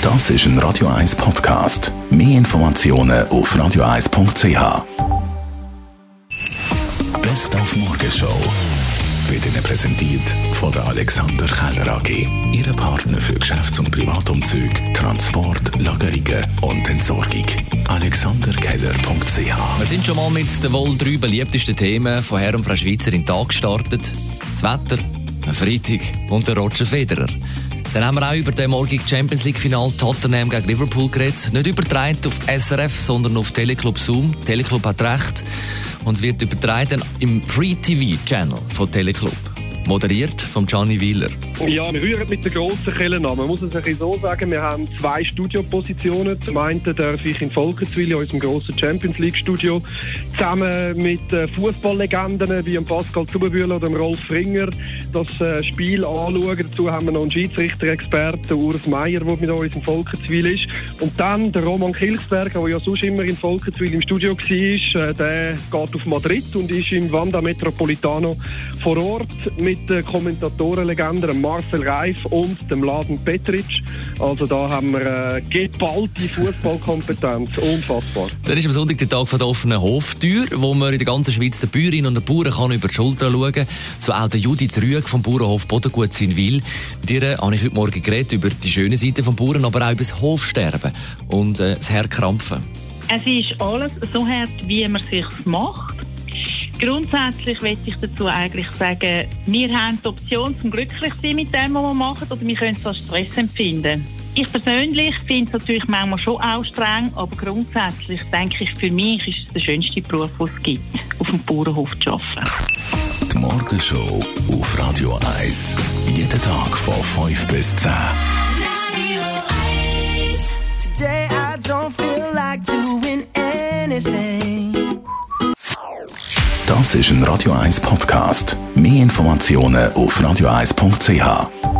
Das ist ein Radio 1 Podcast. Mehr Informationen auf radio1.ch. Best auf Morgenshow wird Ihnen präsentiert von der Alexander Keller AG. Ihre Partner für Geschäfts- und Privatumzüge, Transport, Lagerungen und Entsorgung. alexanderkeller.ch. Wir sind schon mal mit den wohl 3 beliebtesten Themen von Herr und Frau Schweizer in den Tag gestartet. Das Wetter, ein Freitag und der Roger Federer. Dann haben wir auch über den morgigen Champions League-Final Tottenham gegen Liverpool geredet. Nicht übertragen auf SRF, sondern auf Teleclub Zoom. Teleclub hat recht und wird übertragen im Free-TV-Channel von Teleclub. Moderiert von Gianni Wieler. Ja, wir rühren mit den grossen Kellen an. Man muss es ein bisschen so sagen, wir haben 2 Studiopositionen. Zum einen darf ich in Volkenswil, in unserem grossen Champions League Studio, zusammen mit Fußballlegenden wie Pascal Zuberbühler oder Rolf Fringer das Spiel anschauen. Dazu haben wir noch einen Schiedsrichter-Experten, Urs Meier, der mit uns in Volkenswil ist. Und dann der Roman Kilchsberger, der ja sonst immer in Volkenswil im Studio war, der geht auf Madrid und ist im Wanda Metropolitano vor Ort mit den Kommentatorenlegenden Marcel Reif und dem Mladen Petric. Also da haben wir geballte Fußballkompetenz. Unfassbar. Dann ist am Sonntag der Tag von der offenen Hoftür, wo man in der ganzen Schweiz den Bäuerinnen und den Bauern kann über die Schulter schauen kann. So auch der Judith Rüegg vom Bauernhof Bodengut in Wil. Mit ihr habe ich heute Morgen geredet über die schöne Seite des Bauern, aber auch über das Hofsterben und das Herkrampfen. Es ist alles so hart, wie man es sich macht. Grundsätzlich möchte ich dazu eigentlich sagen, wir haben die Option zum glücklich sein mit dem, was wir machen, oder wir können es als Stress empfinden. Ich persönlich finde es natürlich manchmal schon auch streng, aber grundsätzlich denke ich, für mich ist es der schönste Beruf, den es gibt, auf dem Bauernhof zu arbeiten. Die Morgenshow auf Radio 1. Jeden Tag von 5 bis 10. Radio 1. Today I don't feel like doing anything. Das ist ein Radio 1 Podcast. Mehr Informationen auf radio1.ch.